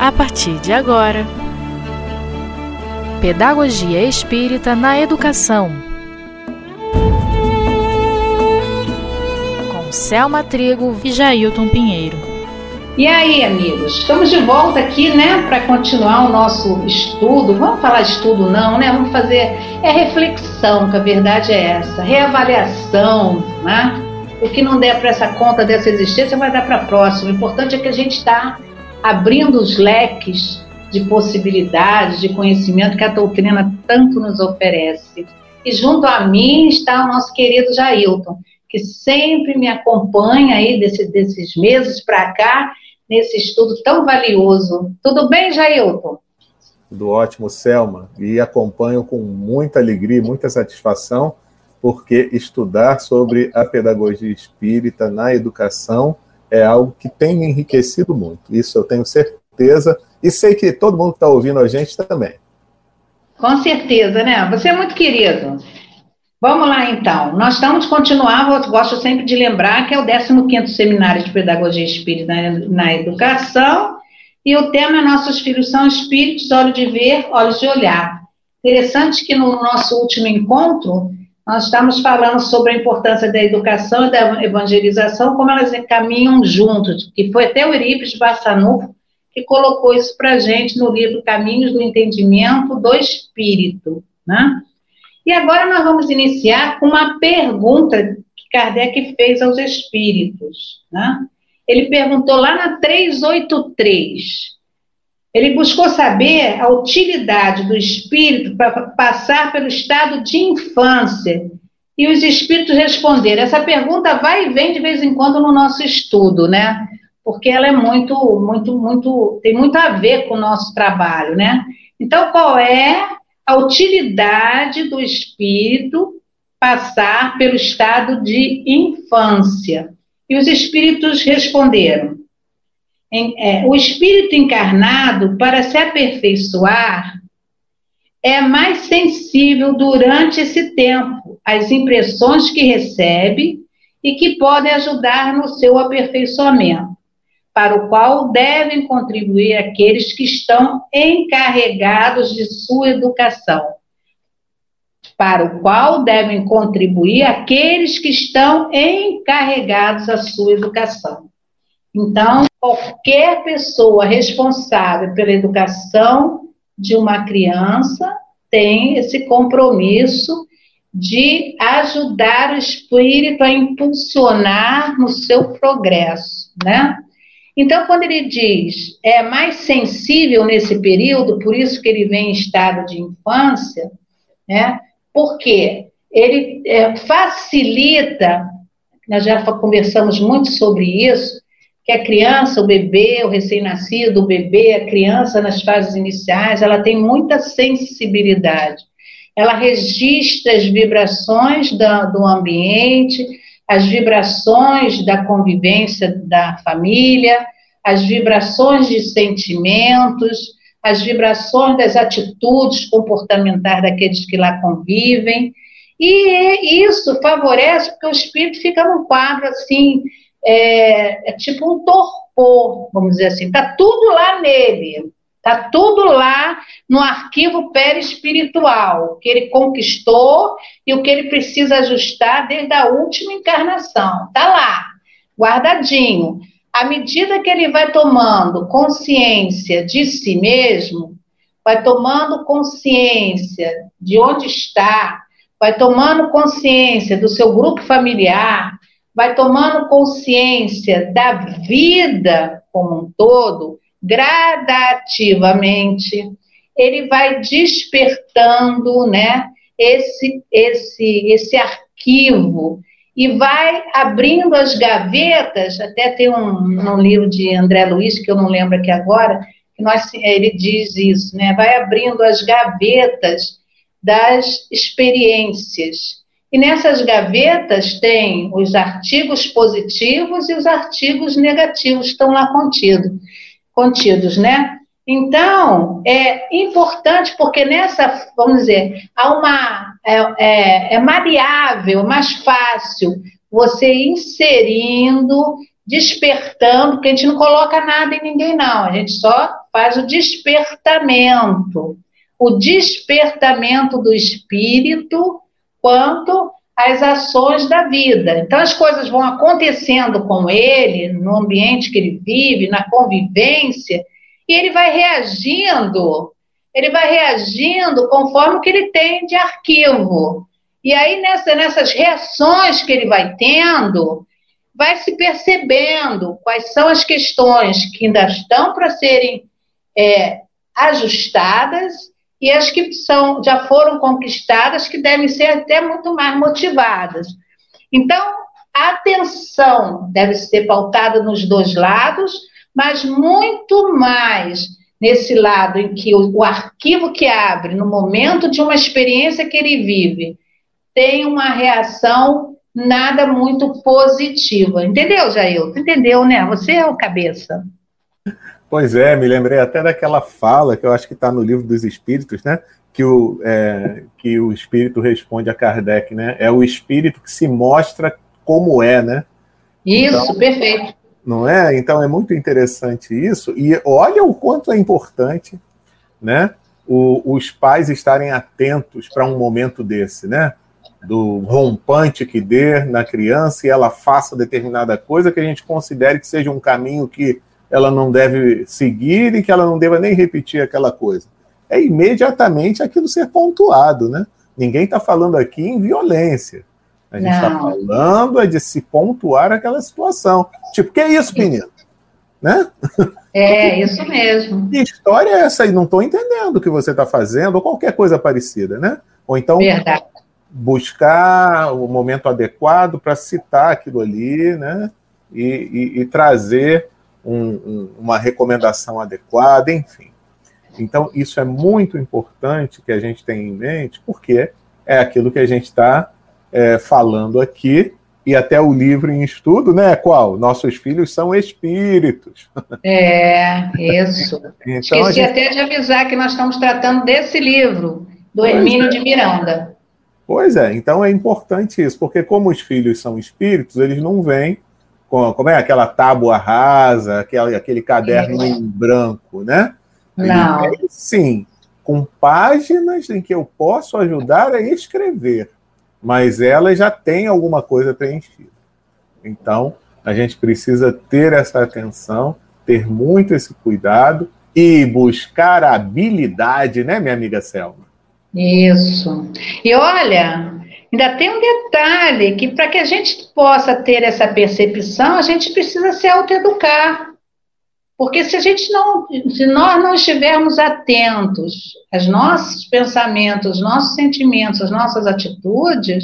a partir de agora. Pedagogia Espírita na Educação. Com Selma Trigo e Jailton Pinheiro. E aí, amigos, estamos de volta aqui, né, para continuar o nosso estudo. Vamos falar estudo não, né? Vamos fazer reflexão, que a verdade é essa, reavaliação, né? O que não der para essa conta dessa existência vai dar para a próxima. O importante é que a gente está abrindo os leques de possibilidades, de conhecimento que a doutrina tanto nos oferece. E junto a mim está o nosso querido Jailton, que sempre me acompanha aí desses meses para cá, nesse estudo tão valioso. Tudo bem, Jailton? Tudo ótimo, Selma. E acompanho com muita alegria, muita satisfação, porque estudar sobre a pedagogia espírita na educação é algo que tem me enriquecido muito. Isso eu tenho certeza, e sei que todo mundo que está ouvindo a gente também. Com certeza, né? Você é muito querido. Vamos lá, então. Nós estamos continuando, eu gosto sempre de lembrar que é o 15º Seminário de Pedagogia Espírita na Educação, e o tema é Nossos Filhos são Espíritos, Olhos de Ver, Olhos de Olhar. Interessante que no nosso último encontro, nós estamos falando sobre a importância da educação e da evangelização, como elas caminham juntos, que foi até o Eurípides Barçanufo que colocou isso para a gente no livro Caminhos do Entendimento do Espírito, né? E agora nós vamos iniciar com uma pergunta que Kardec fez aos espíritos, né? Ele perguntou lá na 383. Ele buscou saber a utilidade do espírito para passar pelo estado de infância. E os espíritos responderam. Essa pergunta vai e vem de vez em quando no nosso estudo, né? Porque ela é tem muito a ver com o nosso trabalho, né? Então, qual é a utilidade do espírito passar pelo estado de infância? E os espíritos responderam: o espírito encarnado, para se aperfeiçoar, é mais sensível durante esse tempo às impressões que recebe e que podem ajudar no seu aperfeiçoamento, para o qual devem contribuir aqueles que estão encarregados de sua educação. Para o qual devem contribuir aqueles que estão encarregados da sua educação. Então, qualquer pessoa responsável pela educação de uma criança tem esse compromisso de ajudar o espírito a impulsionar no seu progresso, né? Então, quando ele diz é mais sensível nesse período, por isso que ele vem em estado de infância, né? Porque ele facilita, nós já conversamos muito sobre isso, que a criança, o bebê, o recém-nascido, o bebê, a criança nas fases iniciais, ela tem muita sensibilidade. Ela registra as vibrações do ambiente, as vibrações da convivência da família, as vibrações de sentimentos, as vibrações das atitudes comportamentais daqueles que lá convivem, e isso favorece porque o espírito fica num quadro assim, é tipo um torpor, vamos dizer assim, está tudo lá nele, está tudo lá no arquivo perispiritual, que ele conquistou e o que ele precisa ajustar desde a última encarnação, está lá, guardadinho. À medida que ele vai tomando consciência de si mesmo, vai tomando consciência de onde está, vai tomando consciência do seu grupo familiar, vai tomando consciência da vida como um todo, gradativamente, ele vai despertando, né, esse arquivo e vai abrindo as gavetas. Até tem um livro de André Luiz, que eu não lembro aqui agora, que ele diz isso, né, vai abrindo as gavetas das experiências. E nessas gavetas tem os artigos positivos e os artigos negativos, estão lá contidos, né? Então, é importante porque nessa, vamos dizer, é maleável, mais fácil você inserindo despertando, porque a gente não coloca nada em ninguém, não, a gente só faz o despertamento do espírito quanto às ações da vida. Então, as coisas vão acontecendo com ele, no ambiente que ele vive, na convivência, e ele vai reagindo conforme o que ele tem de arquivo. E aí, nessas reações que ele vai tendo, vai se percebendo quais são as questões que ainda estão para serem ajustadas e as que já foram conquistadas, que devem ser até muito mais motivadas. Então, a atenção deve ser pautada nos dois lados, mas muito mais nesse lado em que o arquivo que abre no momento de uma experiência que ele vive tem uma reação nada muito positiva. Entendeu, Jair? Entendeu, né? Você é o cabeça. Pois é, me lembrei até daquela fala que eu acho que está no Livro dos Espíritos, né? Que o espírito responde a Kardec, né? É o espírito que se mostra como é, né? Isso, então, perfeito. Não é? Então é muito interessante isso. E olha o quanto é importante, né? Os pais estarem atentos para um momento desse, né? Do rompante que dê na criança e ela faça determinada coisa que a gente considere que seja um caminho que ela não deve seguir e que ela não deva nem repetir aquela coisa. É imediatamente aquilo ser pontuado, né? Ninguém está falando aqui em violência. A gente está falando de se pontuar aquela situação. Tipo, que é isso, menino? Né? É, isso mesmo. Que história é essa aí? Não estou entendendo o que você está fazendo, ou qualquer coisa parecida, né? Ou então, verdade, buscar o momento adequado para citar aquilo ali, né? E trazer uma recomendação adequada, enfim. Então, isso é muito importante que a gente tenha em mente, porque é aquilo que a gente está falando aqui, e até o livro em estudo, né? Qual? Nossos filhos são espíritos. Isso. Então, esqueci até de avisar que nós estamos tratando desse livro, do Hermínio de Miranda. Pois é, então é importante isso, porque como os filhos são espíritos, eles não vêm como é aquela tábua rasa, aquele caderno em branco, né? Não. Ele vem, sim, com páginas em que eu posso ajudar a escrever, mas ela já tem alguma coisa preenchida. Então, a gente precisa ter essa atenção, ter muito esse cuidado e buscar a habilidade, né, minha amiga Selma? Isso. E olha, ainda tem um detalhe, que para que a gente possa ter essa percepção, a gente precisa se autoeducar. Porque se nós não estivermos atentos aos nossos pensamentos, aos nossos sentimentos, às nossas atitudes,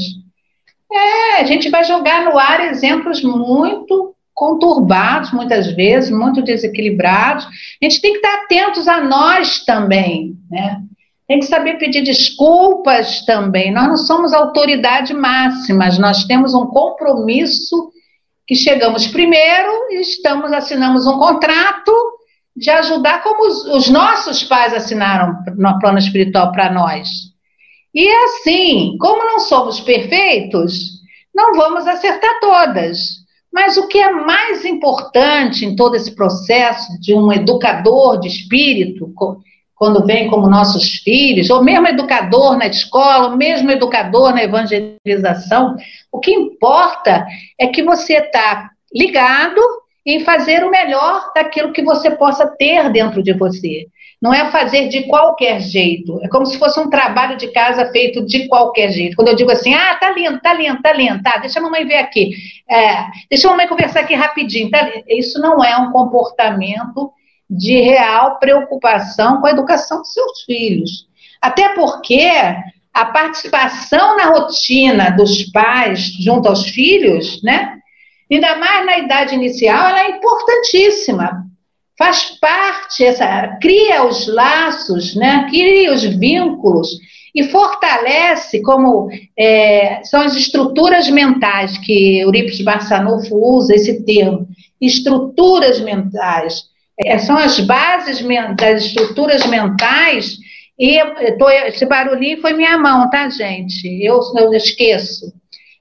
a gente vai jogar no ar exemplos muito conturbados, muitas vezes, muito desequilibrados. A gente tem que estar atentos a nós também, né? Tem que saber pedir desculpas também. Nós não somos autoridade máxima, nós temos um compromisso que chegamos primeiro e assinamos um contrato de ajudar como os nossos pais assinaram no plano espiritual para nós. E assim, como não somos perfeitos, não vamos acertar todas. Mas o que é mais importante em todo esse processo de um educador de espírito, quando vem como nossos filhos, ou mesmo educador na escola, ou mesmo educador na evangelização, o que importa é que você está ligado em fazer o melhor daquilo que você possa ter dentro de você. Não é fazer de qualquer jeito. É como se fosse um trabalho de casa feito de qualquer jeito. Quando eu digo assim, tá lindo, tá, deixa a mamãe ver aqui. Deixa a mamãe conversar aqui rapidinho. Tá? Isso não é um comportamento de real preocupação com a educação dos seus filhos. Até porque a participação na rotina dos pais junto aos filhos, né? Ainda mais na idade inicial, ela é importantíssima. Faz parte, cria os laços, né? Cria os vínculos e fortalece, como são as estruturas mentais, que Eurípides Barçanufo usa esse termo, estruturas mentais. São as bases das estruturas mentais, e esse barulhinho foi minha mão, tá, gente? Eu esqueço.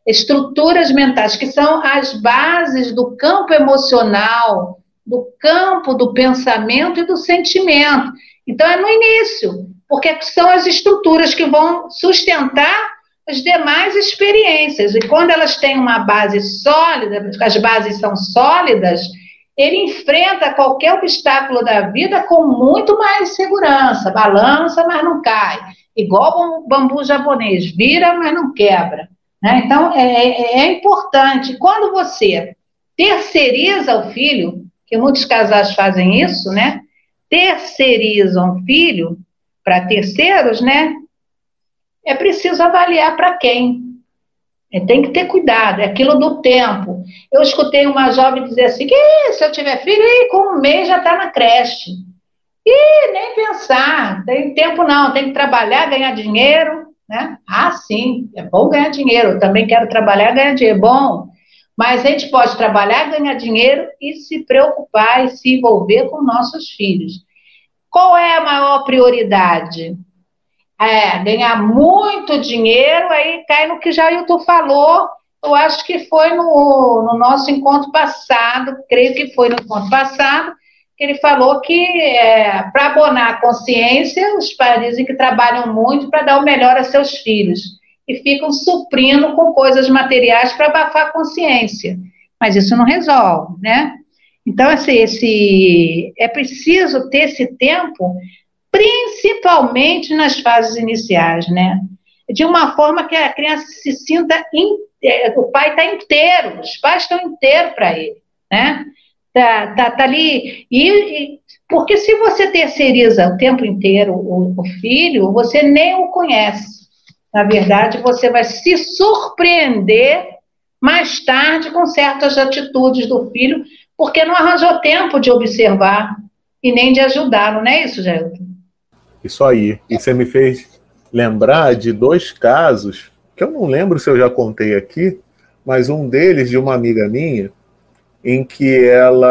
estruturas mentais, que são as bases do campo emocional, do campo do pensamento e do sentimento. Então, é no início, porque são as estruturas que vão sustentar as demais experiências. E quando elas têm uma base sólida, as bases são sólidas, ele enfrenta qualquer obstáculo da vida com muito mais segurança, balança, mas não cai. Igual o bambu japonês, vira, mas não quebra. Né? Então, é importante. Quando você terceiriza o filho, que muitos casais fazem isso, né? Terceirizam o filho para terceiros, né? É preciso avaliar para quem. Tem que ter cuidado, é aquilo do tempo. Eu escutei uma jovem dizer assim, que se eu tiver filho, com um mês já está na creche. Nem pensar, tem tempo não, tem que trabalhar, ganhar dinheiro, né? Sim, é bom ganhar dinheiro, eu também quero trabalhar, ganhar dinheiro, bom. Mas a gente pode trabalhar, ganhar dinheiro e se preocupar e se envolver com nossos filhos. Qual é a maior prioridade? Ganhar muito dinheiro, aí cai no que Jailton falou, eu acho que foi no nosso encontro passado, creio que foi no encontro passado, que ele falou que para abonar a consciência, os pais dizem que trabalham muito para dar o melhor a seus filhos, e ficam suprindo com coisas materiais para abafar a consciência, mas isso não resolve, né? Então, é preciso ter esse tempo, principalmente nas fases iniciais, né? De uma forma que a criança se sinta, o pai está inteiro, os pais estão inteiros para ele, né? Tá ali, porque se você terceiriza o tempo inteiro o filho, você nem o conhece. Na verdade, você vai se surpreender mais tarde com certas atitudes do filho, porque não arranjou tempo de observar e nem de ajudá-lo, não é isso, Jailton? Isso aí. E você me fez lembrar de 2 casos, que eu não lembro se eu já contei aqui, mas um deles de uma amiga minha, em que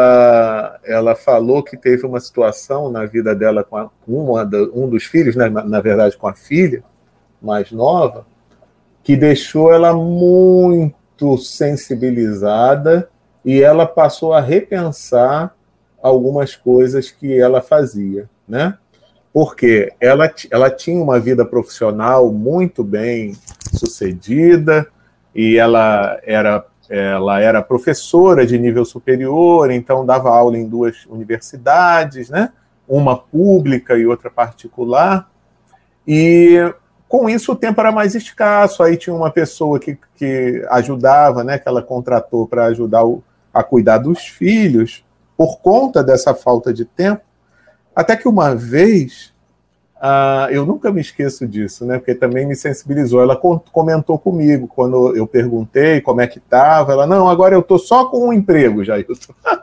ela falou que teve uma situação na vida dela com um dos filhos, né, na verdade com a filha mais nova, que deixou ela muito sensibilizada e ela passou a repensar algumas coisas que ela fazia, né? Porque ela tinha uma vida profissional muito bem sucedida e ela era professora de nível superior, então dava aula em 2 universidades, né? Uma pública e outra particular, e com isso o tempo era mais escasso, aí tinha uma pessoa que ajudava, né, que ela contratou para ajudar a cuidar dos filhos, por conta dessa falta de tempo, até que uma vez, eu nunca me esqueço disso, né, porque também me sensibilizou, ela comentou comigo, quando eu perguntei como é que estava, ela, não, agora eu estou só com um emprego, Jailton.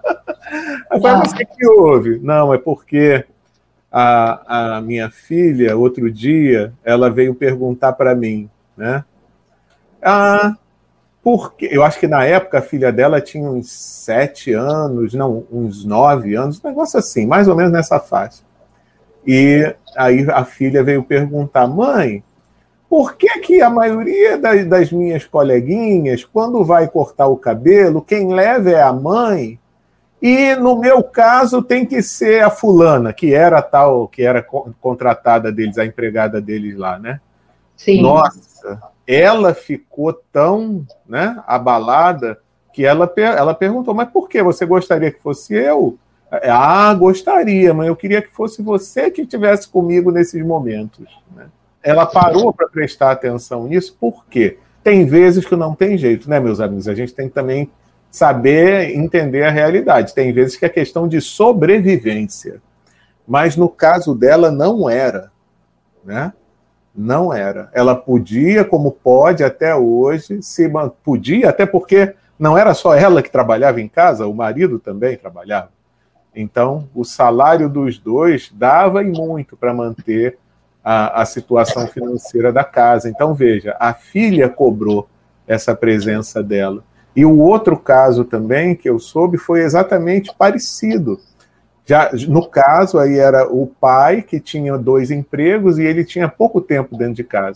Eu falei, mas o que houve? Não, é porque a minha filha, outro dia, ela veio perguntar para mim, né, porque eu acho que na época a filha dela tinha uns 7 anos, não, uns 9 anos, um negócio assim, mais ou menos nessa faixa. E aí a filha veio perguntar, mãe, por que a maioria das minhas coleguinhas, quando vai cortar o cabelo, quem leva é a mãe, e no meu caso tem que ser a fulana, que era contratada deles, a empregada deles lá, né? Sim. Nossa, ela ficou tão, né, abalada que ela perguntou, mas por que? Você gostaria que fosse eu? Gostaria, mas eu queria que fosse você que estivesse comigo nesses momentos. Né? Ela parou para prestar atenção nisso, por quê? Tem vezes que não tem jeito, né, meus amigos? A gente tem que também saber entender a realidade. Tem vezes que é questão de sobrevivência. Mas no caso dela não era, né? Não era. Ela podia, como pode até hoje, podia, até porque não era só ela que trabalhava em casa, o marido também trabalhava. Então, o salário dos 2 dava e muito para manter a situação financeira da casa. Então, veja, a filha cobrou essa presença dela. E o outro caso também que eu soube foi exatamente parecido. Já, no caso, aí era o pai que tinha 2 empregos e ele tinha pouco tempo dentro de casa.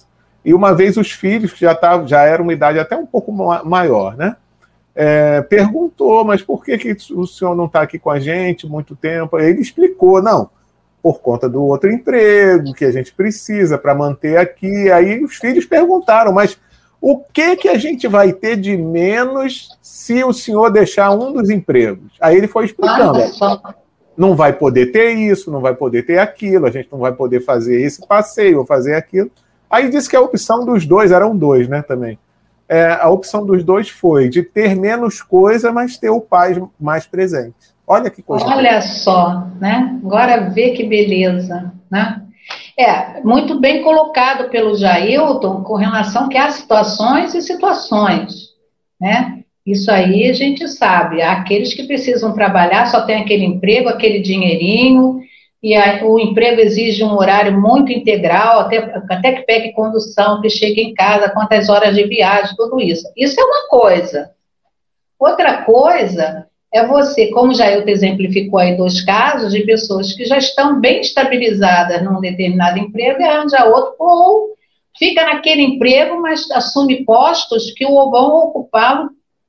E uma vez os filhos, que já era uma idade até um pouco maior, né? Perguntou, mas por que o senhor não está aqui com a gente muito tempo? Aí ele explicou, não, por conta do outro emprego que a gente precisa para manter aqui. Aí os filhos perguntaram, mas o que a gente vai ter de menos se o senhor deixar um dos empregos? Aí ele foi explicando, não vai poder ter isso, não vai poder ter aquilo, a gente não vai poder fazer esse passeio ou fazer aquilo. Aí disse que a opção dos dois, eram dois, né, também. A opção dos dois foi de ter menos coisa, mas ter o pai mais presente. Olha que coisa. Olha só, né? Agora vê que beleza, né? Muito bem colocado pelo Jailton com relação que há situações e situações, né? Isso aí a gente sabe. Aqueles que precisam trabalhar só tem aquele emprego, aquele dinheirinho, e o emprego exige um horário muito integral, até que pegue condução, que chegue em casa, quantas horas de viagem, tudo isso. Isso é uma coisa. Outra coisa é você, como já eu te exemplificou aí 2 casos de pessoas que já estão bem estabilizadas num determinado emprego e arranja outro, ou fica naquele emprego, mas assume postos que vão ocupá-lo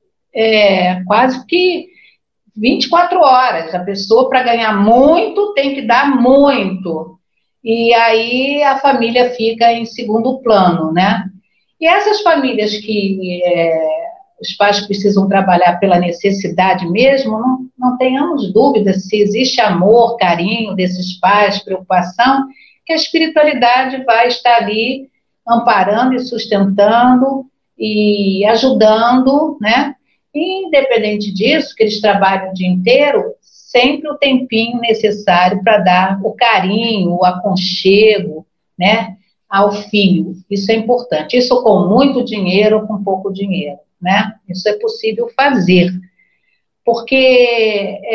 quase que 24 horas. A pessoa, para ganhar muito, tem que dar muito. E aí a família fica em segundo plano, né? E essas famílias que os pais precisam trabalhar pela necessidade mesmo, não tenhamos dúvidas se existe amor, carinho desses pais, preocupação, que a espiritualidade vai estar ali amparando e sustentando e ajudando, né? E, independente disso, que eles trabalham o dia inteiro, sempre o tempinho necessário para dar o carinho, o aconchego, né, ao filho. Isso é importante. Isso com muito dinheiro ou com pouco dinheiro, né? Isso é possível fazer. Porque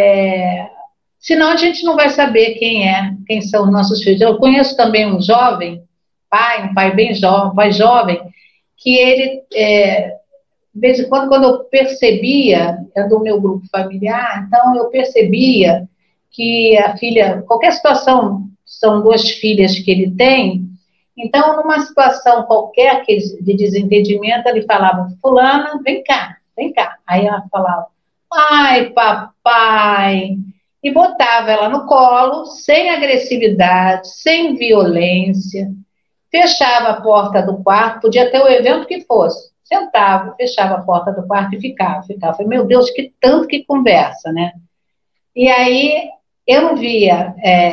senão a gente não vai saber quem são os nossos filhos. Eu conheço também um jovem, um pai bem jovem, um pai jovem, que ele... de vez em quando eu percebia, do meu grupo familiar, então eu percebia que a filha, qualquer situação, são 2 filhas que ele tem, então numa situação qualquer de desentendimento, ele falava, fulana, vem cá, aí ela falava, ai papai, e botava ela no colo, sem agressividade, sem violência, fechava a porta do quarto, podia ter o evento que fosse, sentava, fechava a porta do quarto e ficava. Falei, meu Deus, que tanto que conversa, né? E aí eu não via,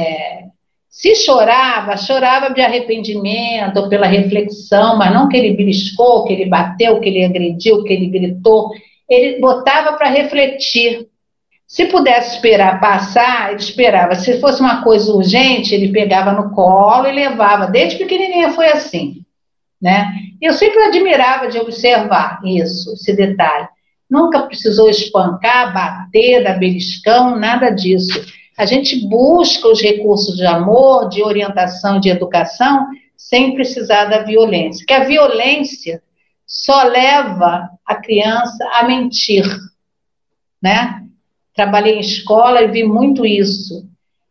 se chorava de arrependimento ou pela reflexão, mas não que ele beliscou, que ele bateu, que ele agrediu, que ele gritou, ele botava para refletir. Se pudesse esperar passar, ele esperava. Se fosse uma coisa urgente, ele pegava no colo e levava. Desde pequenininha foi assim, né? Eu sempre admirava de observar isso, esse detalhe. Nunca precisou espancar, bater, dar beliscão, nada disso. A gente busca os recursos de amor, de orientação, de educação, sem precisar da violência. Porque a violência só leva a criança a mentir, né? Trabalhei em escola e vi muito isso.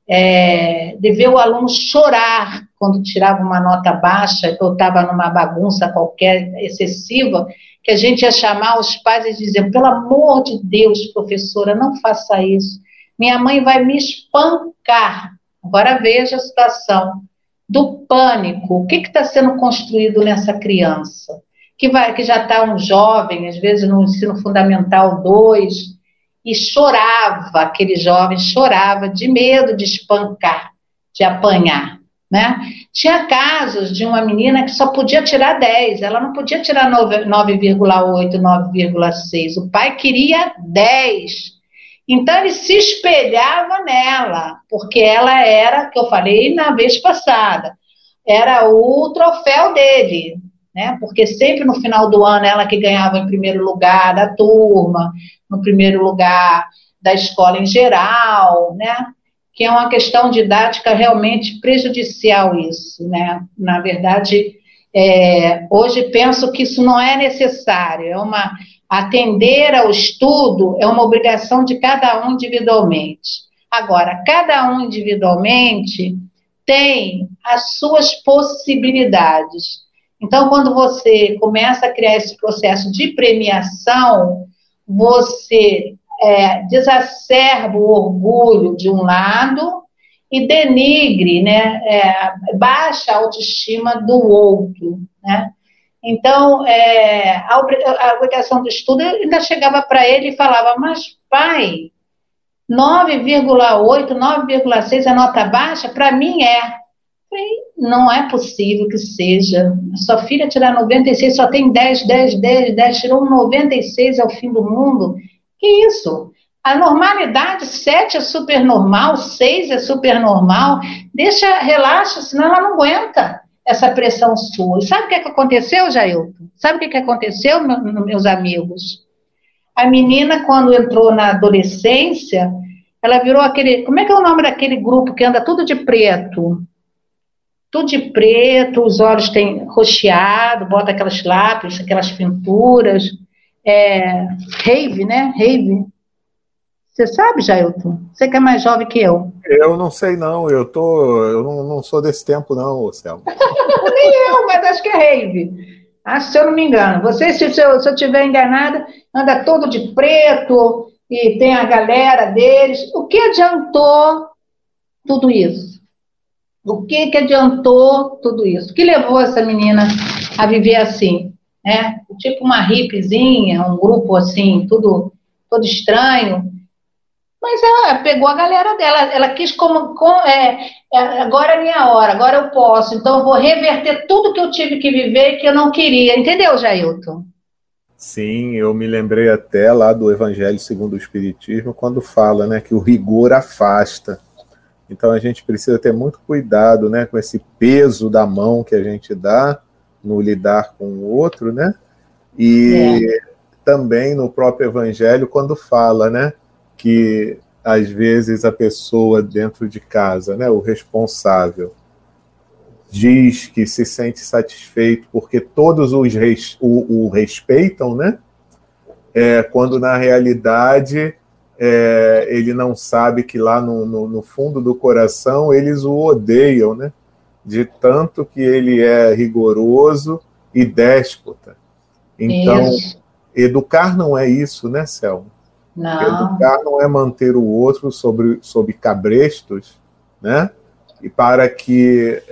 De ver o aluno chorar quando tirava uma nota baixa, que eu estava numa bagunça qualquer excessiva, que a gente ia chamar os pais e dizer, pelo amor de Deus, professora, não faça isso. Minha mãe vai me espancar. Agora veja a situação do pânico. O que está sendo construído nessa criança? Que já está um jovem, às vezes no ensino fundamental 2, e chorava, aquele jovem chorava de medo de espancar, de apanhar, né? Tinha casos de uma menina que só podia tirar 10, ela não podia tirar 9,8, 9,6, o pai queria 10, então ele se espelhava nela, porque ela era, que eu falei na vez passada, era o troféu dele, né? Porque sempre no final do ano ela que ganhava em primeiro lugar da turma, no primeiro lugar da escola em geral, né? Que é uma questão didática realmente prejudicial isso, né? Na verdade, hoje penso que isso não é necessário, atender ao estudo é uma obrigação de cada um individualmente. Agora, cada um individualmente tem as suas possibilidades. Então, quando você começa a criar esse processo de premiação, você desacerba o orgulho de um lado e denigre, né, baixa a autoestima do outro, né? Então, a obrigação do estudo, eu ainda chegava para ele e falava, mas pai, 9,8, 9,6 é nota baixa? Para mim não é possível que seja. Sua filha tirar 96, só tem 10, 10, 10, 10, tirou um 96, é o fim do mundo. Que isso? A normalidade, 7 é super normal, 6 é super normal. Relaxa, senão ela não aguenta essa pressão sua. E sabe o que aconteceu, Jailton? Sabe o que aconteceu, meus amigos? A menina, quando entrou na adolescência, ela virou aquele... Como é que é o nome daquele grupo que anda tudo de preto? Tudo de preto, os olhos têm roxeado, bota aquelas lápis, aquelas pinturas. Rave, né? Rave. Você sabe, Jailton? Você que é mais jovem que eu. Eu não sei, não. Eu não sou desse tempo, não, Selma. Nem eu, mas acho que é rave. Acho, se eu não me engano. Você, se eu estiver enganada, anda todo de preto e tem a galera deles. O que adiantou tudo isso? O que adiantou tudo isso? O que levou essa menina a viver assim? Né? Tipo uma hippiezinha, um grupo assim, todo estranho. Mas ela pegou a galera dela, ela quis agora é minha hora, agora eu posso, então eu vou reverter tudo que eu tive que viver e que eu não queria, entendeu, Jailton? Sim, eu me lembrei até lá do Evangelho segundo o Espiritismo, quando fala, né, que o rigor afasta. Então a gente precisa ter muito cuidado, né, com esse peso da mão que a gente dá no lidar com o outro, né? E também no próprio Evangelho, quando fala, né, que às vezes a pessoa dentro de casa, né, o responsável, diz que se sente satisfeito porque todos o respeitam, né? Quando na realidade ele não sabe que lá no fundo do coração eles o odeiam, né? De tanto que ele é rigoroso e déspota. Então, educar não é isso, né, Selma? Não. Educar não é manter o outro sob cabrestos, né? E para que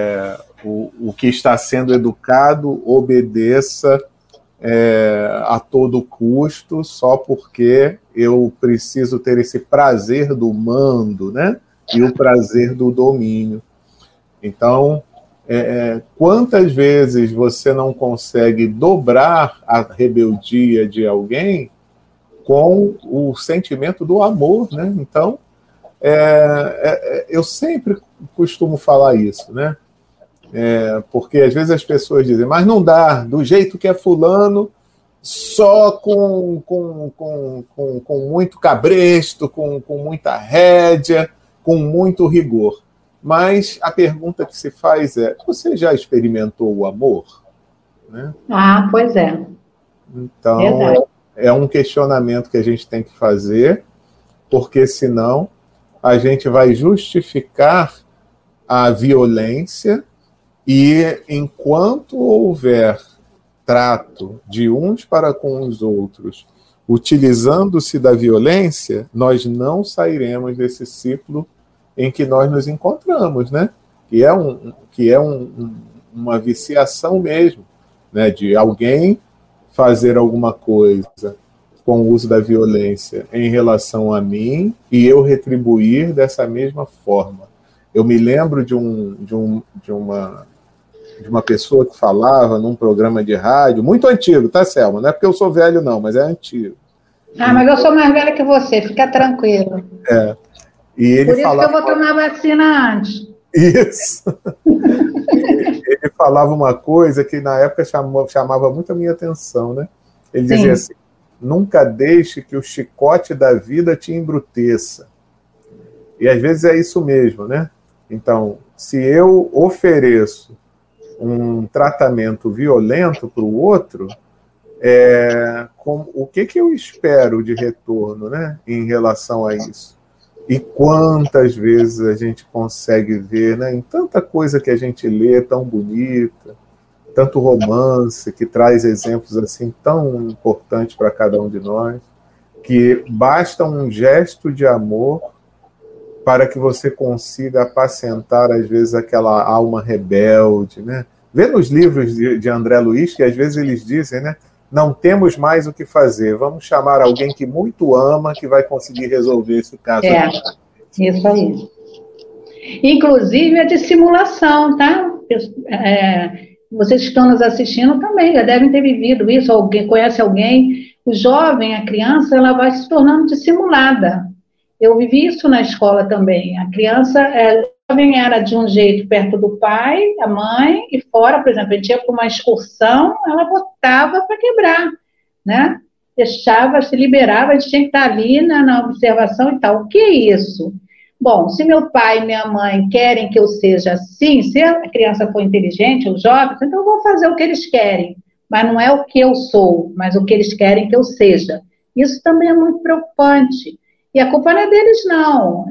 o que está sendo educado obedeça a todo custo, só porque eu preciso ter esse prazer do mando, né? E o prazer do domínio. Então, quantas vezes você não consegue dobrar a rebeldia de alguém com o sentimento do amor, né? Então, eu sempre costumo falar isso, né? Porque às vezes as pessoas dizem, mas não dá, do jeito que é fulano, só com muito cabresto, com muita rédea, com muito rigor. Mas a pergunta que se faz é, você já experimentou o amor? Né? Ah, pois é. Então, verdade. É um questionamento que a gente tem que fazer, porque senão a gente vai justificar a violência e enquanto houver trato de uns para com os outros, utilizando-se da violência, nós não sairemos desse ciclo em que nós nos encontramos, né? Que é uma viciação mesmo, né? De alguém fazer alguma coisa com o uso da violência em relação a mim e eu retribuir dessa mesma forma. Eu me lembro de uma pessoa que falava num programa de rádio, muito antigo, tá, Selma? Não é porque eu sou velho, não, mas é antigo. Mas eu sou mais velha que você, fica tranquilo. E ele Por isso falava... que eu vou tomar vacina antes. Isso. Ele falava uma coisa que na época chamava muito a minha atenção, né? Ele dizia assim, nunca deixe que o chicote da vida te embruteça. E às vezes é isso mesmo, né? Então, se eu ofereço um tratamento violento para o outro, o que eu espero de retorno, né, em relação a isso? E quantas vezes a gente consegue ver, né, em tanta coisa que a gente lê tão bonita, tanto romance, que traz exemplos assim tão importantes para cada um de nós, que basta um gesto de amor para que você consiga apacentar, às vezes, aquela alma rebelde, né? Vê nos livros de André Luiz, que às vezes eles dizem, né? Não temos mais o que fazer, vamos chamar alguém que muito ama, que vai conseguir resolver esse caso. Isso aí. Inclusive a dissimulação, tá? Vocês que estão nos assistindo também já devem ter vivido isso, alguém conhece alguém, o jovem, a criança, ela vai se tornando dissimulada. Eu vivi isso na escola também. A criança, jovem era de um jeito perto do pai, da mãe, e fora, por exemplo, a gente ia para uma excursão, ela botava para quebrar, né? Deixava, se liberava, a gente tinha que estar ali na observação e tal. O que é isso? Bom, se meu pai e minha mãe querem que eu seja assim, se a criança for inteligente, os jovens, então eu vou fazer o que eles querem, mas não é o que eu sou, mas o que eles querem que eu seja. Isso também é muito preocupante. E a culpa não é deles, não.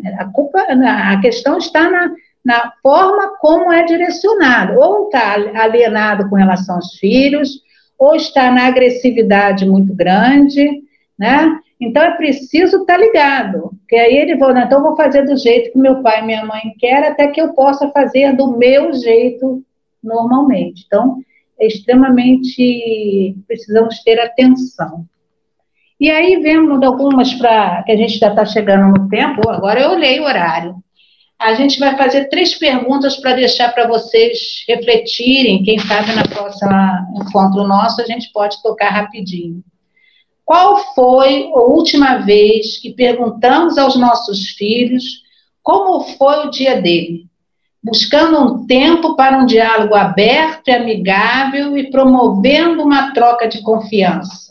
A questão está na forma como é direcionado. Ou está alienado com relação aos filhos, ou está na agressividade muito grande, né? Então, é preciso estar ligado. Porque aí ele vai, então eu vou fazer do jeito que meu pai e minha mãe querem, até que eu possa fazer do meu jeito normalmente. Então, é extremamente... precisamos ter atenção. E aí vemos algumas que a gente já está chegando no tempo, agora eu olhei o horário. A gente vai fazer 3 perguntas para deixar para vocês refletirem, quem sabe na próxima encontro nosso a gente pode tocar rapidinho. Qual foi a última vez que perguntamos aos nossos filhos como foi o dia dele? Buscando um tempo para um diálogo aberto e amigável e promovendo uma troca de confiança.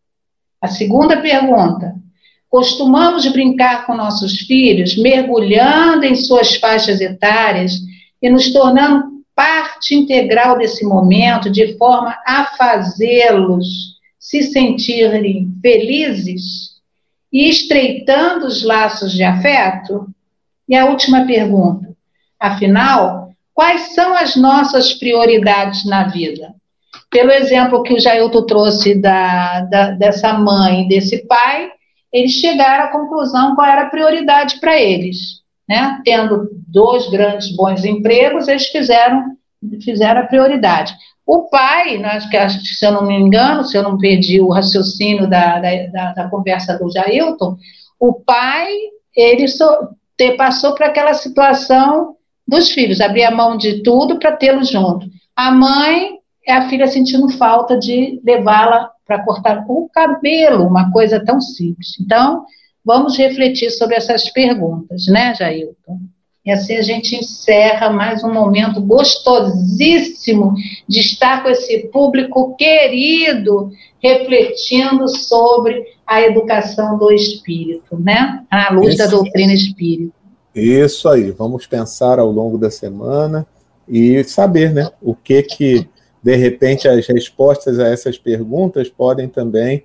A segunda pergunta: costumamos brincar com nossos filhos, mergulhando em suas faixas etárias e nos tornando parte integral desse momento, de forma a fazê-los se sentirem felizes e estreitando os laços de afeto? E a última pergunta: afinal, quais são as nossas prioridades na vida? Pelo exemplo que o Jailton trouxe dessa mãe e desse pai, eles chegaram à conclusão qual era a prioridade para eles, né? Tendo 2 grandes bons empregos, eles fizeram a prioridade. O pai, se eu não me engano, se eu não perdi o raciocínio da conversa do Jailton, o pai, ele passou para aquela situação dos filhos, abrir a mão de tudo para tê-los junto. A mãe é a filha sentindo falta de levá-la para cortar o cabelo, uma coisa tão simples. Então, vamos refletir sobre essas perguntas, né, Jailton? E assim a gente encerra mais um momento gostosíssimo de estar com esse público querido, refletindo sobre a educação do espírito, né? À luz da doutrina espírita. Isso aí, vamos pensar ao longo da semana e saber, né, o que de repente as respostas a essas perguntas podem também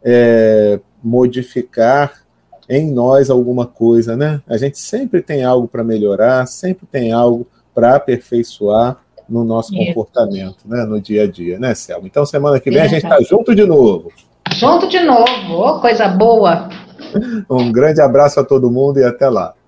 modificar em nós alguma coisa, né? A gente sempre tem algo para melhorar, sempre tem algo para aperfeiçoar no nosso comportamento, né? No dia a dia, né, Selma? Então, semana que vem a gente está junto de novo. Junto de novo, coisa boa. Um grande abraço a todo mundo e até lá.